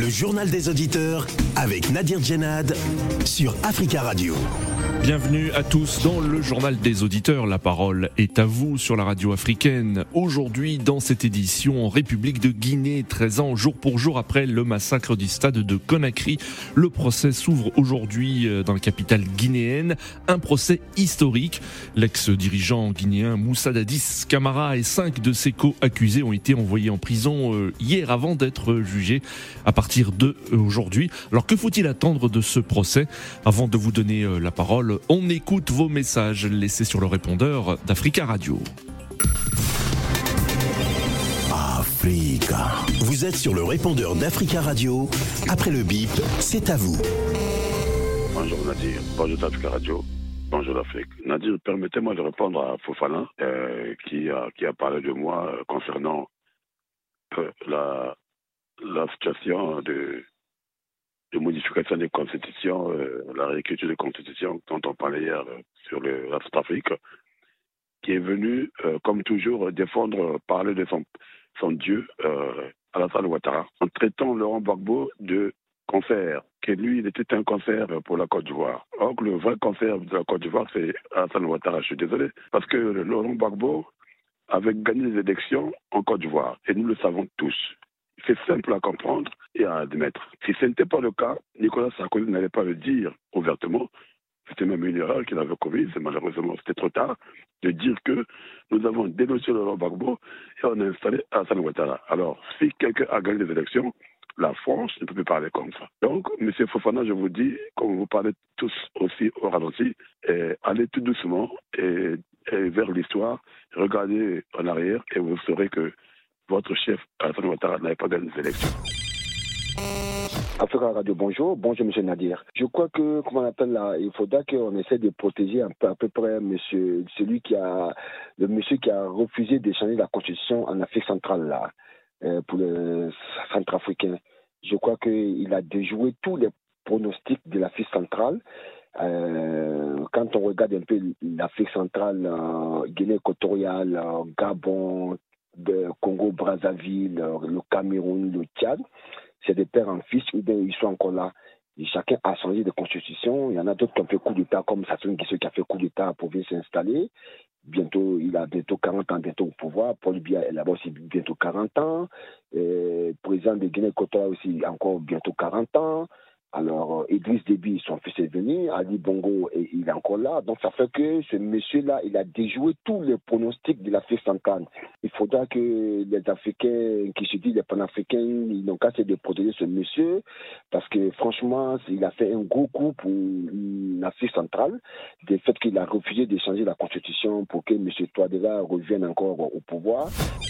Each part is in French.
journal des auditeurs avec Nadir Djenad sur Africa Radio. Bienvenue à tous dans le journal des auditeurs. La parole est à vous sur la radio africaine. Aujourd'hui, dans cette édition, en République de Guinée, 13 ans jour pour jour après le massacre du stade de Conakry, le procès s'ouvre aujourd'hui dans la capitale guinéenne. Un procès historique. L'ex-dirigeant guinéen Moussa Dadis Camara et 5 de ses co-accusés ont été envoyés en prison hier avant d'être jugés à partir d'aujourd'hui. Alors que faut-il attendre de ce procès? Avant de vous donner la parole, on écoute vos messages laissés sur le répondeur d'Africa Radio. Africa. Vous êtes sur le répondeur d'Africa Radio. Après le bip, c'est à vous. Bonjour Nadir, bonjour Africa Radio, bonjour l'Afrique. Nadir, permettez-moi de répondre à Fofana qui a parlé de moi concernant la situation de modification des constitutions, la réécriture des constitutions dont on parlait hier sur l'Afrique, qui est venu, comme toujours, parler de son dieu, Alassane Ouattara, en traitant Laurent Gbagbo de cancer, que lui, il était un cancer pour la Côte d'Ivoire. Or, le vrai cancer de la Côte d'Ivoire, c'est Alassane Ouattara. Je suis désolé, parce que Laurent Gbagbo avait gagné les élections en Côte d'Ivoire, et nous le savons tous. C'est simple à comprendre et à admettre. Si ce n'était pas le cas, Nicolas Sarkozy n'allait pas le dire ouvertement. C'était même une erreur qu'il avait commise. Malheureusement, c'était trop tard de dire que nous avons dénoncé Laurent Gbagbo et on a installé Alassane Ouattara. Alors, si quelqu'un a gagné les élections, la France ne peut plus parler comme ça. Donc, M. Fofana, je vous dis, comme vous parlez tous aussi au ralenti, allez tout doucement et vers l'histoire, regardez en arrière et vous saurez que votre chef, Alassane Ouattara, n'avait pas gagné les élections. Africa Radio, bonjour M. Nadir. Je crois que, comment on appelle là, il faudra qu'on essaie de protéger à peu près le monsieur qui a refusé de changer la constitution en Afrique centrale là, pour le centrafricain. Je crois qu'il a déjoué tous les pronostics de l'Afrique centrale. Quand on regarde un peu l'Afrique centrale, Guinée équatoriale, Gabon, Congo-Brazzaville, le Cameroun, le Tchad, c'est des pères en fils, ou bien ils sont encore là. Et chacun a changé de constitution. Il y en a d'autres qui ont fait coup d'État, comme Sassou Nguesso qui a fait coup d'État pour venir s'installer. Il a bientôt 40 ans bientôt au pouvoir. Paul Biya est là-bas aussi bientôt 40 ans. Président de Guinée équatoriale aussi encore bientôt 40 ans. Alors, Idriss Déby, son fils est venu, Ali Bongo, il est encore là. Donc, ça fait que ce monsieur-là, il a déjoué tous les pronostics de l'Afrique centrale. Il faudra que les Africains, qui se disent les panafricains, ils n'ont qu'à essayer de protéger ce monsieur, parce que franchement, il a fait un gros coup pour l'Afrique centrale, du fait qu'il a refusé de changer la constitution pour que M. Touadéra revienne encore au pouvoir.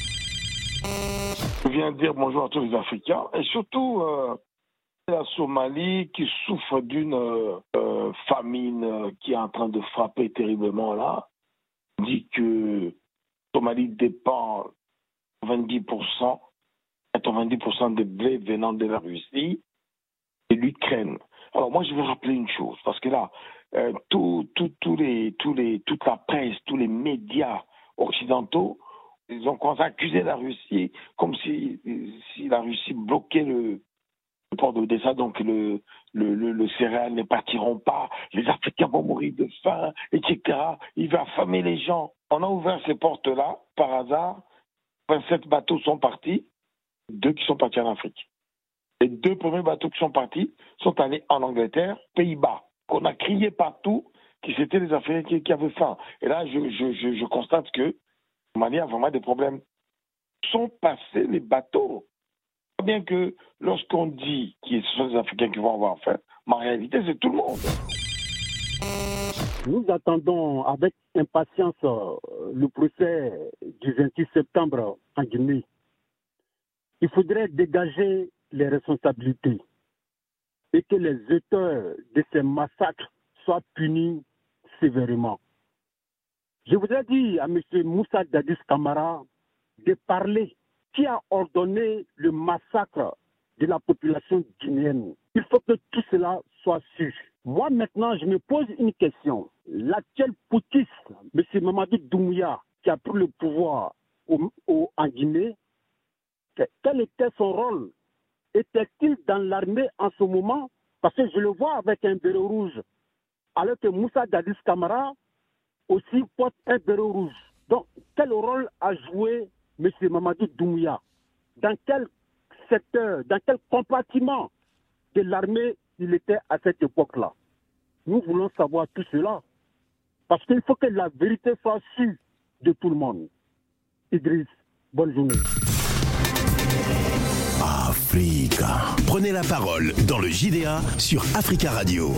Je viens dire bonjour à tous les Africains, et surtout la Somalie qui souffre d'une famine qui est en train de frapper terriblement là. On dit que la Somalie dépend 90% des blés venant de la Russie et l'Ukraine. Alors moi je veux rappeler une chose, parce que là, toute la presse, tous les médias occidentaux, ils ont commencé à accuser la Russie comme si la Russie bloquait le port d'Odessa, donc le céréales ne partiront pas, les Africains vont mourir de faim, etc. Il va affamer les gens. On a ouvert ces portes-là, par hasard, 27 bateaux sont partis, 2 qui sont partis en Afrique. Les 2 premiers bateaux qui sont partis sont allés en Angleterre, Pays-Bas. On a crié partout que c'était les Africains qui avaient faim. Et là, je constate que, de manière vraiment des problèmes, sont passés les bateaux. Bien que lorsqu'on dit que ce sont les Africains qui vont avoir faim, mais en réalité, c'est tout le monde. Nous attendons avec impatience le procès du 28 septembre en Guinée. Il faudrait dégager les responsabilités et que les auteurs de ces massacres soient punis sévèrement. Je voudrais dire à M. Moussa Dadis Camara de parler. Qui a ordonné le massacre de la population guinéenne? Il faut que tout cela soit su. Moi, maintenant, je me pose une question. L'actuel putschiste, M. Mamadou Doumbouya, qui a pris le pouvoir en Guinée, quel était son rôle était-il dans l'armée en ce moment? Parce que je le vois avec un béret rouge, alors que Moussa Dadis Camara aussi porte un béret rouge. Donc, quel rôle a joué M. Mamadou Doumbouya? Dans quel secteur, dans quel compartiment de l'armée il était à cette époque-là? Nous voulons savoir tout cela. Parce qu'il faut que la vérité soit sûre de tout le monde. Idriss, bonne journée. Africa. Prenez la parole dans le JDA sur Africa Radio.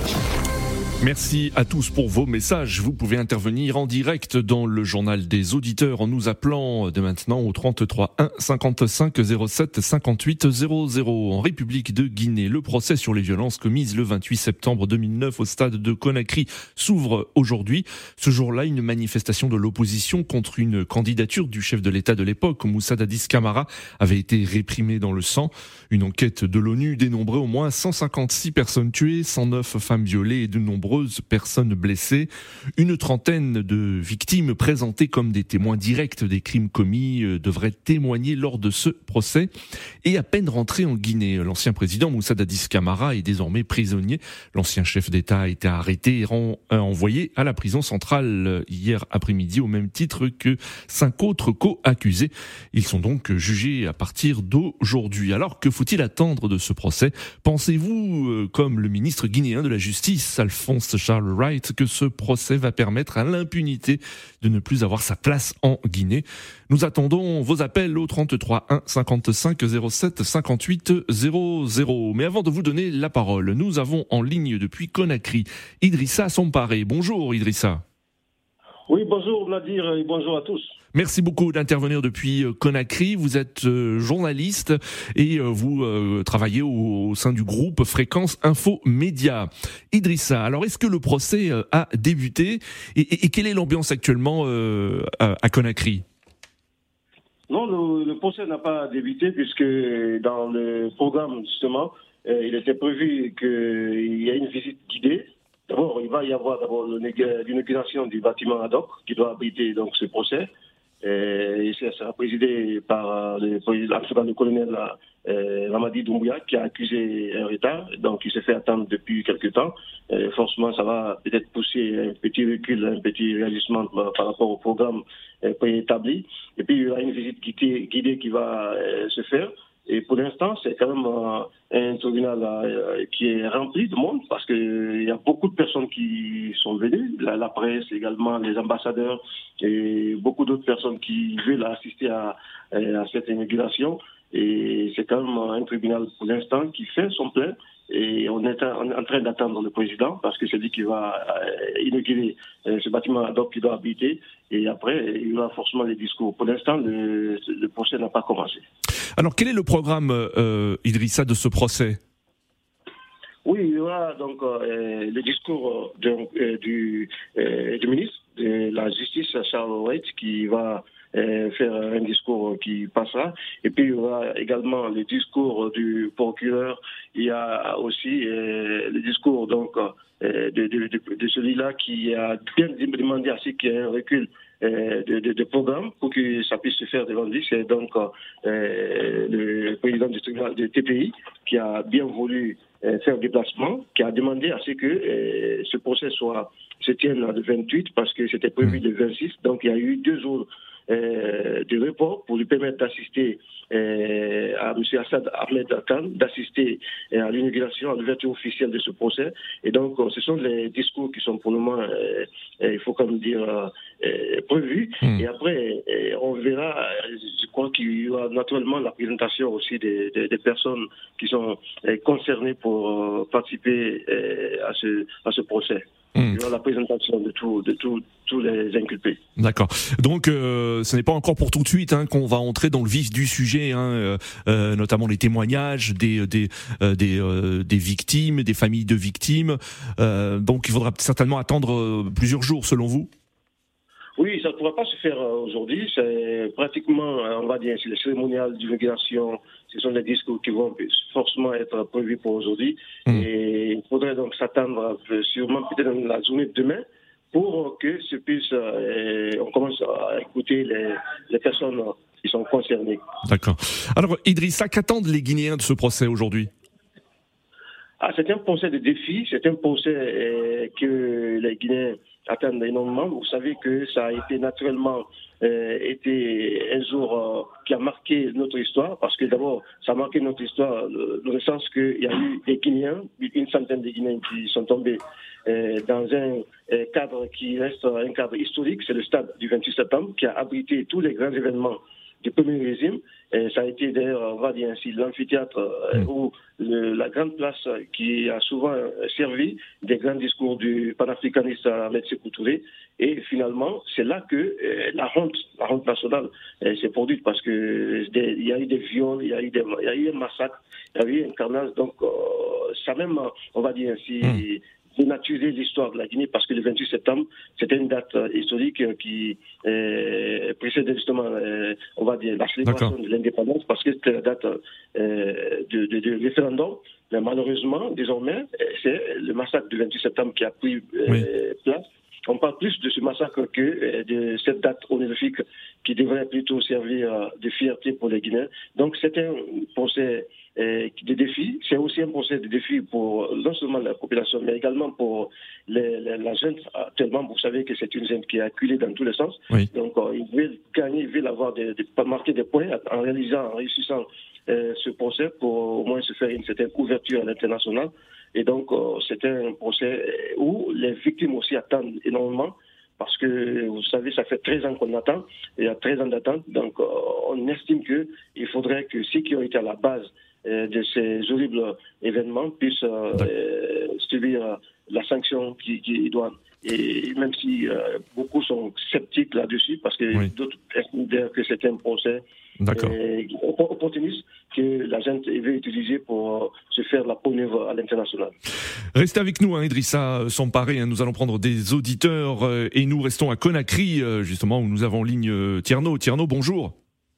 Merci à tous pour vos messages. Vous pouvez intervenir en direct dans le journal des auditeurs en nous appelant de maintenant au 33 1 55 07 58 00. En République de Guinée, le procès sur les violences commises le 28 septembre 2009 au stade de Conakry s'ouvre aujourd'hui. Ce jour-là, une manifestation de l'opposition contre une candidature du chef de l'État de l'époque, Moussa Dadis Camara, avait été réprimée dans le sang. Une enquête de l'ONU dénombrait au moins 156 personnes tuées, 109 femmes violées et de nombreuses personnes blessées. Une trentaine de victimes présentées comme des témoins directs des crimes commis devraient témoigner lors de ce procès. Et à peine rentré en Guinée, l'ancien président Moussa Dadis Camara est désormais prisonnier. L'ancien chef d'État a été arrêté et envoyé à la prison centrale hier après-midi au même titre que 5 autres co-accusés. Ils sont donc jugés à partir d'aujourd'hui. Alors que faut-il attendre de ce procès? Pensez-vous, comme le ministre guinéen de la Justice, Alphonse Charles Wright, que ce procès va permettre à l'impunité de ne plus avoir sa place en Guinée? Nous attendons vos appels au 33 1 55 07 58 00. Mais avant de vous donner la parole, nous avons en ligne depuis Conakry Idrissa Somparé. Bonjour Idrissa. Oui, bonjour Nadir et bonjour à tous. Merci beaucoup d'intervenir depuis Conakry. Vous êtes journaliste et vous travaillez au sein du groupe Fréquence Info Média. Idrissa, alors est-ce que le procès a débuté et quelle est l'ambiance actuellement à Conakry? Non, le procès n'a pas débuté puisque dans le programme justement, il était prévu qu'il y ait une visite guidée. D'abord, il va y avoir l'inauguration du bâtiment ad hoc qui doit abriter donc ce procès. Et ça sera présidé par le colonel Mamadi Doumbouya qui a accusé un retard, donc il s'est fait attendre depuis quelque temps. Forcément, ça va peut-être pousser un petit recul, un petit réajustement par rapport au programme préétabli. Et puis il y aura une visite guidée qui va se faire. Et pour l'instant, c'est quand même un tribunal qui est rempli de monde parce qu'il y a beaucoup de personnes qui sont venues, la presse également, les ambassadeurs et beaucoup d'autres personnes qui veulent assister à cette inauguration. Et c'est quand même un tribunal pour l'instant qui fait son plein. Et on est en train d'attendre le président parce que c'est lui qui va inaugurer ce bâtiment ad hoc qui doit habiter. Et après, il y aura forcément les discours. Pour l'instant, le procès n'a pas commencé. Alors, quel est le programme, Idrissa, de ce procès? Oui, il y aura donc le discours du ministre de la Justice, Charles Wright, qui va faire un discours qui passera. Et puis, il y aura également le discours du procureur. Il y a aussi le discours donc de celui-là qui a bien demandé à ce qu'il y ait un recul de programme pour que ça puisse se faire devant lui. C'est donc le président du tribunal de TPI qui a bien voulu faire le déplacement, qui a demandé à ce que ce procès se tienne le 28 parce que c'était prévu le 26. Donc il y a eu 2 jours de report pour lui permettre d'assister à M. Assad Ahmed Khan, d'assister à l'inauguration, à l'ouverture officielle de ce procès. Et donc, ce sont les discours qui sont pour le moment, il faut quand même dire, prévus. Et après, on verra, je crois qu'il y aura naturellement la présentation aussi des personnes qui sont concernées pour participer à ce procès. Il y aura la présentation de tous les inculpés. D'accord. Donc, ce n'est pas encore pour tout de suite qu'on va entrer dans le vif du sujet, notamment les témoignages des victimes, des familles de victimes. Donc, il faudra certainement attendre plusieurs jours, selon vous? Oui, ça ne pourra pas se faire aujourd'hui. C'est pratiquement, on va dire, c'est le cérémonial d'inauguration. Ce sont des discours qui vont forcément être prévus pour aujourd'hui. Et il faudrait donc s'attendre sûrement peut-être dans la journée de demain pour que on commence à écouter les personnes sont concernés. D'accord. Alors, Idrissa, qu'attendent les Guinéens de ce procès aujourd'hui ? C'est un procès de défi, c'est un procès que les Guinéens attendent énormément. Vous savez que ça a été naturellement été un jour qui a marqué notre histoire, parce que d'abord, ça a marqué notre histoire dans le sens qu'il y a eu des Guinéens, une centaine de Guinéens qui sont tombés dans un cadre qui reste un cadre historique, c'est le stade du 28 septembre, qui a abrité tous les grands événements du premier régime. Ça a été d'ailleurs, on va dire ainsi, l'amphithéâtre ou la grande place qui a souvent servi des grands discours du panafricaniste Ahmed Sékou Touré. Et finalement, c'est là que la honte nationale s'est produite, parce que il y a eu des viols, il y a eu un massacre, il y a eu un carnage. Donc, ça même, on va dire ainsi, dénaturer l'histoire de la Guinée, parce que le 28 septembre, c'était une date historique qui précédait justement, on va dire, la célébration de l'indépendance, parce que c'était la date de référendum. Mais malheureusement, désormais, c'est le massacre du 28 septembre qui a pris place. On parle plus de ce massacre que de cette date honorifique qui devrait plutôt servir de fierté pour les Guinéens. Donc c'est un procès de défi. C'est aussi un procès de défi pour non seulement la population, mais également pour la jeune. Actuellement, vous savez que c'est une jeune qui est acculée dans tous les sens. Oui. Donc ils veulent gagner, ils veulent avoir marquer des points en réussissant ce procès pour au moins se faire une certaine couverture à l'international. Et donc, c'est un procès où les victimes aussi attendent énormément, parce que, vous savez, ça fait 13 ans qu'on attend, il y a 13 ans d'attente. Donc, on estime qu'il faudrait que ceux qui ont été à la base de ces horribles événements puissent subir la sanction qui doivent. Et même si beaucoup sont sceptiques là-dessus, parce que d'autres estiment que c'est un procès opportuniste que la gente veut utiliser pour se faire la peau neuve à l'international. Restez avec nous, Idrissa Samparé. Nous allons prendre des auditeurs et nous restons à Conakry, justement, où nous avons en ligne Tierno. Tierno, bonjour.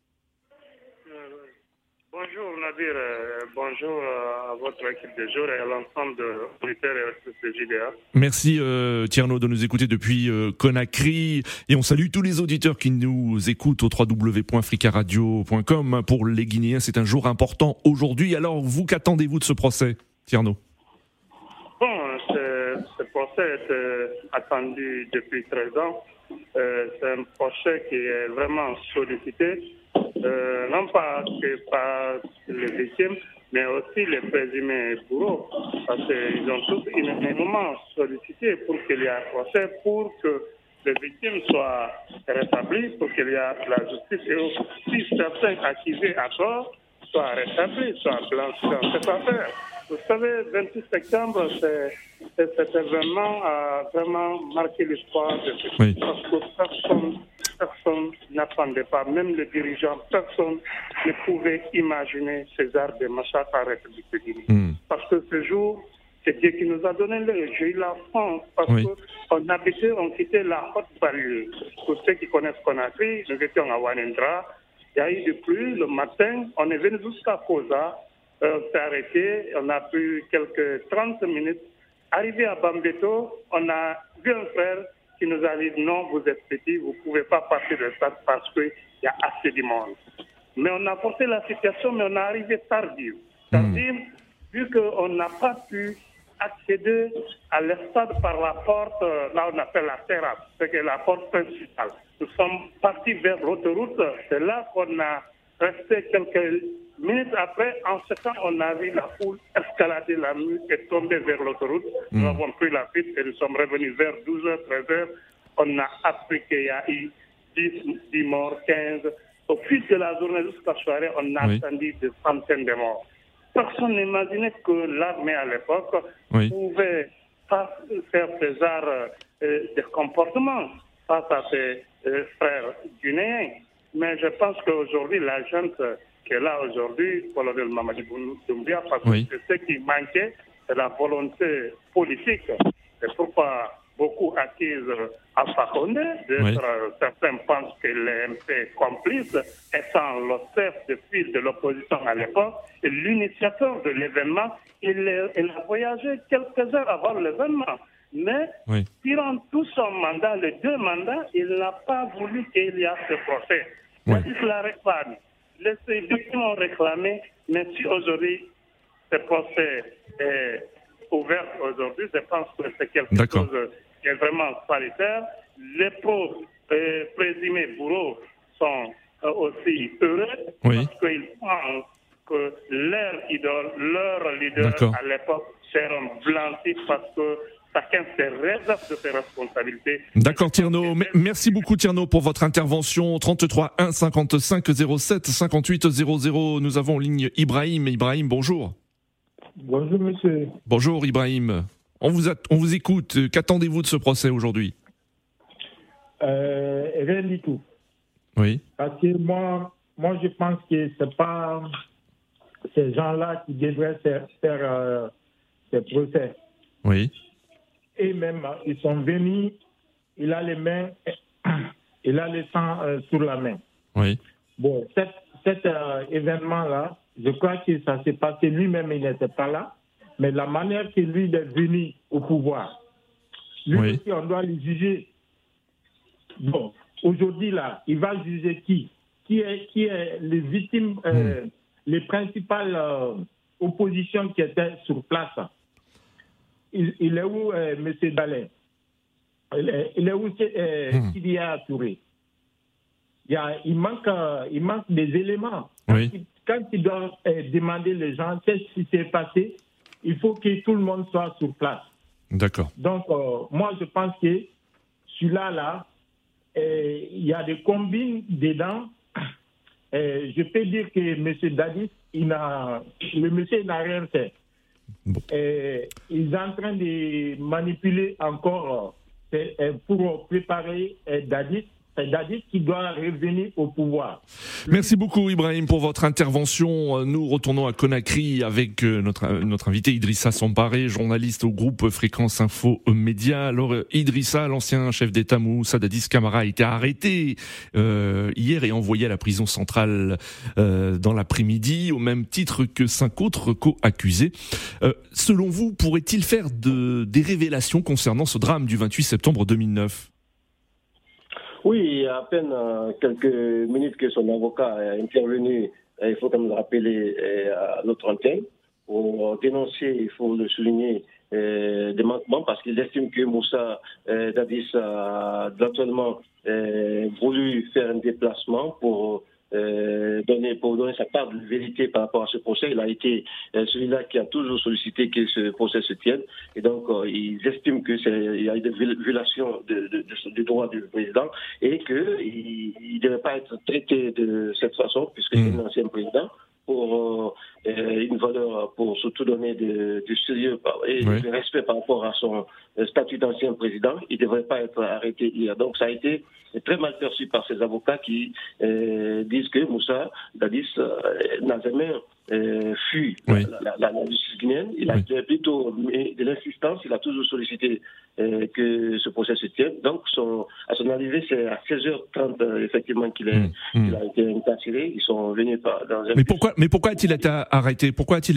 Bonjour Nadir, bonjour à votre équipe de jour et à l'ensemble de l'auditeur et de JDA. Merci Tierno de nous écouter depuis Conakry, et on salue tous les auditeurs qui nous écoutent au www.africaradio.com. Pour les Guinéens, c'est un jour important aujourd'hui. Alors vous, qu'attendez-vous de ce procès, Tierno ? Bon, ce procès est attendu depuis 13 ans. C'est un procès qui est vraiment sollicité. Non pas que par les victimes, mais aussi les présumés bourreaux, parce qu'ils ont tous énormément sollicité pour qu'il y ait un procès, pour que les victimes soient rétablies, pour qu'il y ait la justice, et aussi certains accusés à tort soient rétablis, soient blanchis dans cette affaire. Vous savez, 28 septembre, cet événement a vraiment marqué l'histoire de ce pays, parce que personne n'attendait pas, même les dirigeants, personne ne pouvait imaginer ces arts de massacre en République de Guinée. Parce que ce jour, c'est Dieu qui nous a donné l'œil. J'ai eu la France, parce qu'on quittait la haute banlieue. Pour ceux qui connaissent Conakry, nous étions à Wanendra, il y a eu de pluie, le matin, on est venu jusqu'à Koza, on s'est arrêté, on a pris quelques 30 minutes. Arrivé à Bambeto, on a vu un frère qui nous a dit non, vous êtes petit, vous ne pouvez pas partir de ça parce qu'il y a assez de monde. Mais on a forcé la situation, mais on est arrivé tardif. Vu qu'on n'a pas pu accéder à l'estade par la porte, là on appelle la terrasse, c'est que la porte principale. Nous sommes partis vers l'autoroute, c'est là qu'on a resté quelques minutes après. En ce temps, on a vu la foule escalader la rue et tomber vers l'autoroute. Nous avons pris la piste et nous sommes revenus vers 12h, 13h. On a appris qu'il y a eu 10 morts, 15. Au fil de la journée jusqu'à la soirée, on a attendu des centaines de morts. Personne n'imaginait que l'armée à l'époque pouvait pas faire ces arts de comportement face à ses frères guinéens. Mais je pense qu'aujourd'hui, la gente qui est là aujourd'hui, colonel Mamadi Doumbia, parce que ce qui manquait, c'est la volonté politique. C'est pourquoi beaucoup accusent Alpha Condé certains pensent que l'EMP est complice, étant le chef de file de l'opposition à l'époque, et l'initiateur de l'événement. Il a voyagé quelques heures avant l'événement. Mais, durant tout son mandat, les 2 mandats, il n'a pas voulu qu'il y ait ce procès. Dadis l'a réclamé. Les victimes ont réclamé, mais si aujourd'hui ce procès est ouvert aujourd'hui, je pense que c'est quelque chose qui est vraiment salutaire. Les pauvres présumés bourreaux sont aussi heureux parce qu'ils pensent que leur idole, leur leader à l'époque seront blanchis parce que chacun se réserve de ses responsabilités. D'accord Tierno, merci beaucoup Tierno pour votre intervention. 33 1 55 07 58 00. Nous avons en ligne Ibrahim. Ibrahim, bonjour. Bonjour monsieur. Bonjour Ibrahim. On vous écoute. Qu'attendez-vous de ce procès aujourd'hui ? Rien du tout. Oui. Parce que moi je pense que c'est pas ces gens-là qui devraient faire ces procès. Oui. Et même, ils sont venus, il a les mains, il a le sang sur la main. Oui. Bon, cet événement-là, je crois que ça s'est passé, lui-même, il n'était pas là, mais la manière que lui est venu au pouvoir, lui aussi, on doit le juger. Bon, aujourd'hui, là, il va juger qui est les victimes, les principales oppositions qui étaient sur place. Il est où M. Dalin? Il est où Sidia Touré? Il manque des éléments. Oui. Quand il doit demander les gens qu'est-ce qui s'est passé, il faut que tout le monde soit sur place. D'accord. Donc, moi, je pense que celui-là, il y a des combines dedans. Je peux dire que M. Dadis, le monsieur n'a rien fait. Bon. Ils sont en train de manipuler encore pour préparer Dadis. C'est Dadis qui doit revenir au pouvoir. Merci beaucoup Ibrahim pour votre intervention. Nous retournons à Conakry avec notre invité Idrissa Samparé, journaliste au groupe Fréquence Info Média. Alors Idrissa, l'ancien chef d'État Moussa Dadis Camara a été arrêté hier et envoyé à la prison centrale dans l'après-midi, au même titre que 5 autres co-accusés. Selon vous, pourrait-il faire des révélations concernant ce drame du 28 septembre 2009 ? Oui, il y a à peine quelques minutes que son avocat est intervenu, il faut quand même le rappeler, à notre antenne, pour dénoncer, il faut le souligner, des manquements, parce qu'il estime que Moussa Dadis a naturellement voulu faire un déplacement pour donner sa part de vérité par rapport à ce procès. Il a été celui-là qui a toujours sollicité que ce procès se tienne. Et donc, ils estiment qu'il y a eu des violations des droits du président et qu'il ne devrait pas être traité de cette façon, puisque c'est un ancien président, pour une valeur, pour surtout donner du sérieux et du respect par rapport à son statut d'ancien président. Il ne devrait pas être arrêté hier. Donc ça a été très mal perçu par ses avocats qui disent que Moussa Dadis n'a jamais fui la justice guinéenne. Il a plutôt mis de l'insistance, il a toujours sollicité que ce procès se tienne. Donc à son arrivée, c'est à 16h30 effectivement qu'il a été incarcéré. Ils sont venus dans un... Mais pourquoi a-t-il été arrêté ?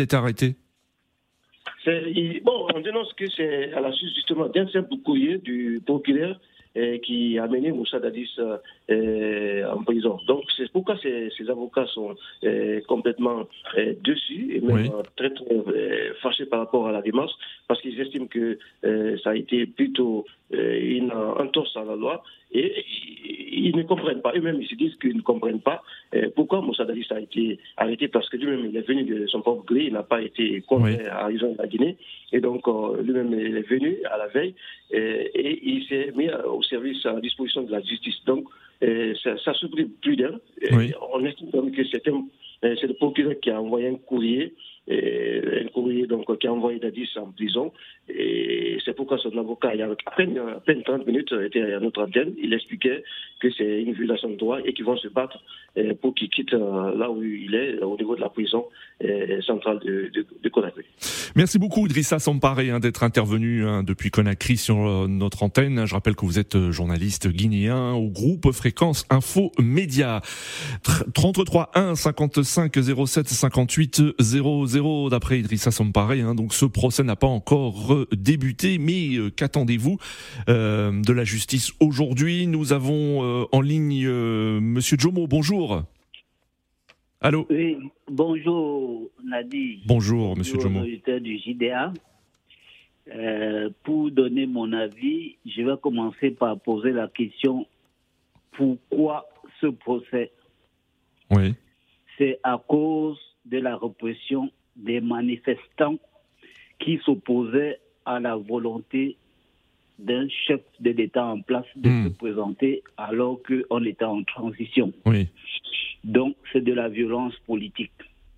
On dénonce que c'est à la suite justement d'un simple courrier du procureur qui a mené Moussa Dadis en prison. Donc c'est pourquoi ces avocats sont complètement dessus et même très très fâchés par rapport à la démarche, parce qu'ils estiment que ça a été plutôt une entorse à la loi et ils ne comprennent pas. Eux-mêmes ils se disent qu'ils ne comprennent pas pourquoi Moussa Dadis a été arrêté, parce que lui-même il est venu de son propre gré, il n'a pas été condamné à raison de la Guinée, et donc lui-même il est venu à la veille et il s'est mis au service, à la disposition de la justice. Donc ça surprit plus d'un. On estime que c'est le procureur qui a envoyé un courrier donc qui a envoyé Dadis en prison, et c'est pourquoi son avocat, il y a à peine 30 minutes, était à notre antenne. Il expliquait que c'est une violation de droit et qu'ils vont se battre pour qu'il quitte là où il est, au niveau de la prison centrale de Conakry. Merci beaucoup Idrissa Samparé d'être intervenu depuis Conakry sur notre antenne. Je rappelle que vous êtes journaliste guinéen au groupe Fréquence Info Média. 33 1 55 07 58 00. 5-0 d'après Idrissa Sampare. Donc ce procès n'a pas encore débuté, mais qu'attendez-vous de la justice aujourd'hui? Nous avons en ligne Monsieur Jomo, bonjour. Allô? Oui, bonjour Nadi. Bonjour Monsieur Jomo. Auditeur du JDA. Pour donner mon avis, je vais commencer par poser la question: pourquoi ce procès? Oui. C'est à cause de la répression des manifestants qui s'opposaient à la volonté d'un chef de l'État en place de se présenter alors qu'on était en transition. Oui. Donc, c'est de la violence politique.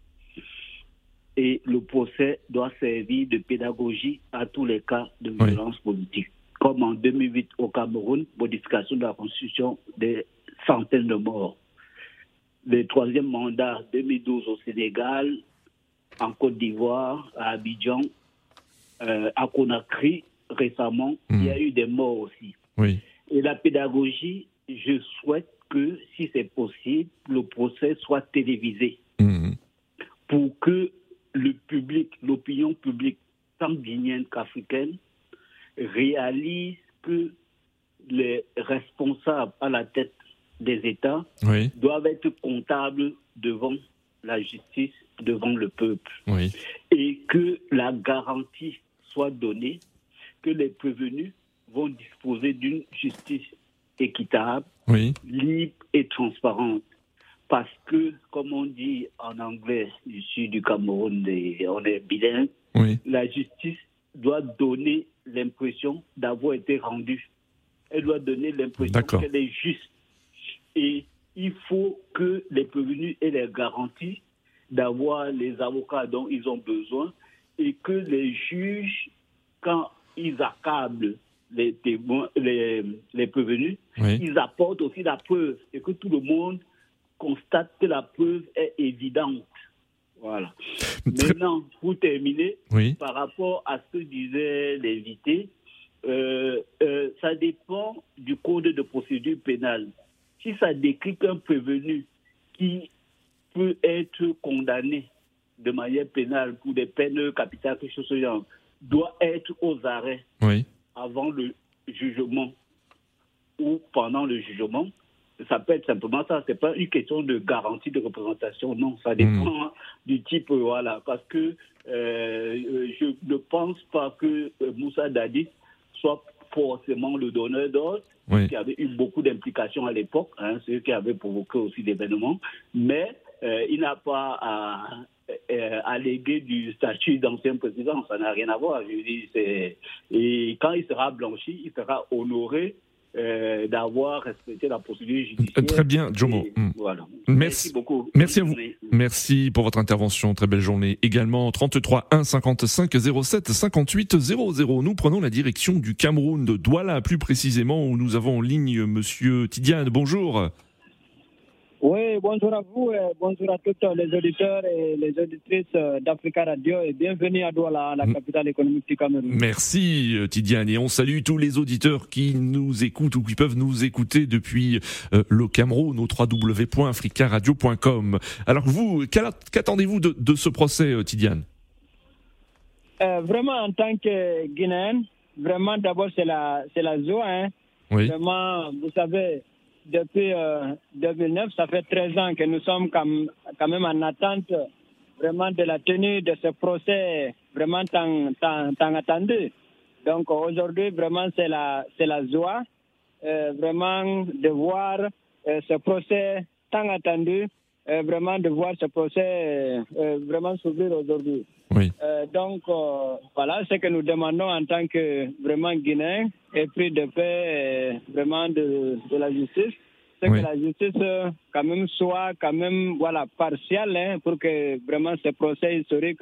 Et le procès doit servir de pédagogie à tous les cas de violence politique. Comme en 2008 au Cameroun, modification de la Constitution, des centaines de morts. Le troisième mandat, 2012 au Sénégal, en Côte d'Ivoire, à Abidjan, à Conakry, récemment, il y a eu des morts aussi. Oui. Et la pédagogie, je souhaite que, si c'est possible, le procès soit télévisé pour que le public, l'opinion publique, tant guinéenne qu'africaine, réalise que les responsables à la tête des États doivent être comptables devant la justice, devant le peuple. Oui. Et que la garantie soit donnée que les prévenus vont disposer d'une justice équitable, libre et transparente. Parce que, comme on dit en anglais, je suis du Cameroun, on est bilingue, la justice doit donner l'impression d'avoir été rendue. Elle doit donner l'impression qu'elle est juste. Et il faut que les prévenus aient les garanties d'avoir les avocats dont ils ont besoin et que les juges, quand ils accablent les témoins, les prévenus, ils apportent aussi la preuve et que tout le monde constate que la preuve est évidente. Voilà. Maintenant, pour terminer, par rapport à ce que disait l'invité, ça dépend du code de procédure pénale. Si ça décrit qu'un prévenu qui peut être condamné de manière pénale pour des peines capitales, quelque chose de genre, doit être aux arrêts avant le jugement ou pendant le jugement, ça peut être simplement ça. C'est pas une question de garantie de représentation, non. Ça dépend du type, parce que je ne pense pas que Moussa Dadis soit forcément le donneur d'ordre, qui avait eu beaucoup d'implications à l'époque, ce qui avait provoqué aussi l'événement, mais il n'a pas à alléguer du statut d'ancien président, ça n'a rien à voir. Je dis, et quand il sera blanchi, il sera honoré d'avoir respecté la procédure judiciaire. Très bien, Jomo. Voilà. Merci beaucoup. Merci à vous. Merci pour votre intervention. Très belle journée. Également, 33 1 55 07 58 00. Nous prenons la direction du Cameroun, de Douala plus précisément, où nous avons en ligne Monsieur Tidiane. Bonjour. Oui, bonjour à vous, et bonjour à tous les auditeurs et les auditrices d'Africa Radio et bienvenue à Douala, la capitale économique du Cameroun. Merci Tidiane, et on salue tous les auditeurs qui nous écoutent ou qui peuvent nous écouter depuis le Cameroun au www.africaradio.com. Alors vous, qu'attendez-vous de ce procès, Tidiane? Vraiment en tant que Guinéen, vraiment d'abord c'est la joie. Vraiment, vous savez, depuis 2009, ça fait 13 ans que nous sommes quand même en attente vraiment de la tenue de ce procès vraiment tant attendu. Donc aujourd'hui, vraiment, c'est la joie vraiment de voir ce procès tant attendu, vraiment de voir ce procès vraiment s'ouvrir aujourd'hui. Donc voilà ce que nous demandons en tant que vraiment Guinéens et pris de paix vraiment de la justice. C'est que la justice quand même soit quand même partiale pour que vraiment ce procès historique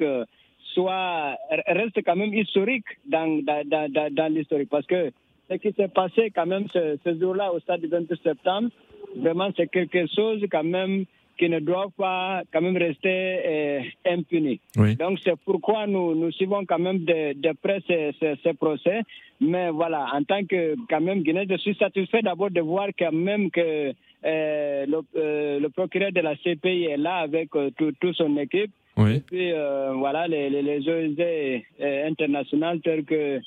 reste quand même historique dans l'historique, parce que ce qui s'est passé quand même ce jour-là au stade du 28 septembre, vraiment c'est quelque chose quand même qui ne doit pas quand même rester impuni. Donc c'est pourquoi nous suivons quand même de près ce procès. Mais voilà, en tant que quand même Guinéen, je suis satisfait d'abord de voir quand même que le procureur de la CPI est là avec toute son équipe. Oui. Et puis, voilà, les ONG internationales telles que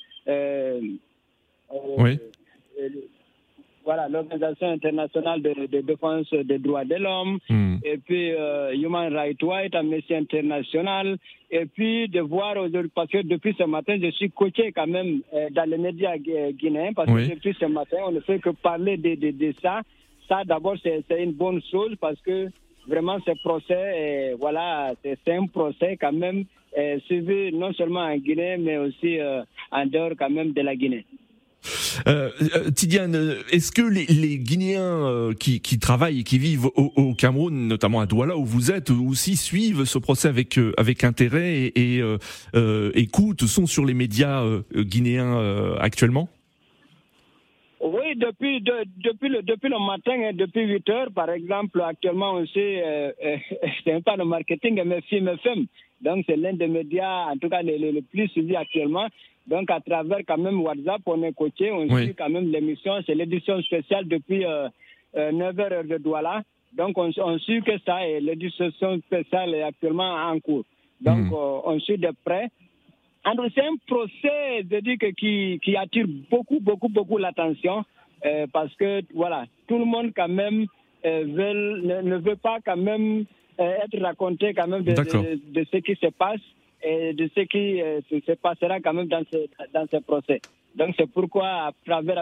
voilà, l'Organisation internationale de défense des droits de l'homme, et puis Human Rights Watch, Amnesty International, et puis de voir aujourd'hui, parce que depuis ce matin, je suis coaché quand même dans les médias guinéens, parce que depuis ce matin, on ne fait que parler de ça. Ça, d'abord, c'est une bonne chose, parce que vraiment, ce procès, voilà, c'est un procès quand même suivi non seulement en Guinée, mais aussi en dehors quand même de la Guinée. Tidiane, est-ce que les Guinéens qui travaillent et qui vivent au Cameroun, notamment à Douala où vous êtes, aussi suivent ce procès avec intérêt et écoutent, sont sur les médias guinéens actuellement? Oui, depuis le matin, depuis 8 heures, par exemple, actuellement aussi, c'est pas le marketing, mais Film FM. Donc, c'est l'un des médias, en tout cas, les plus suivis actuellement. Donc, à travers quand même WhatsApp, on est coaché, on suit quand même l'émission. C'est l'édition spéciale depuis 9h heure de Douala. Donc, on suit que ça et l'édition spéciale est actuellement en cours. Donc, on suit de près. Alors, c'est un procès, je dis, qui attire beaucoup l'attention parce que, voilà, tout le monde quand même ne veut pas quand même être raconté quand même de ce qui se passe et de ce qui se passera quand même dans ce procès. Donc, c'est pourquoi, à travers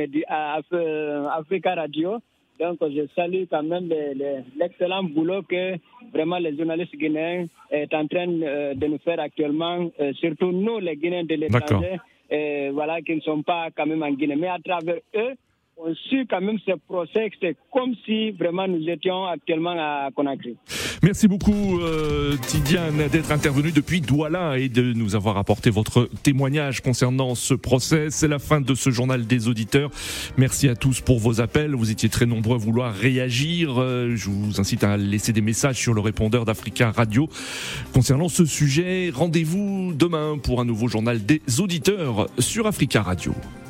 Africa Radio, donc je salue quand même l'excellent boulot que vraiment les journalistes guinéens est en train de nous faire actuellement, surtout nous, les Guinéens de l'étranger, voilà, qui ne sont pas quand même en Guinée. Mais à travers eux, on suit quand même ce procès, c'est comme si vraiment nous étions actuellement à Conakry. Merci beaucoup Tidiane d'être intervenue depuis Douala et de nous avoir apporté votre témoignage concernant ce procès. C'est la fin de ce journal des auditeurs. Merci à tous pour vos appels. Vous étiez très nombreux à vouloir réagir. Je vous incite à laisser des messages sur le répondeur d'Africa Radio concernant ce sujet. Rendez-vous demain pour un nouveau journal des auditeurs sur Africa Radio.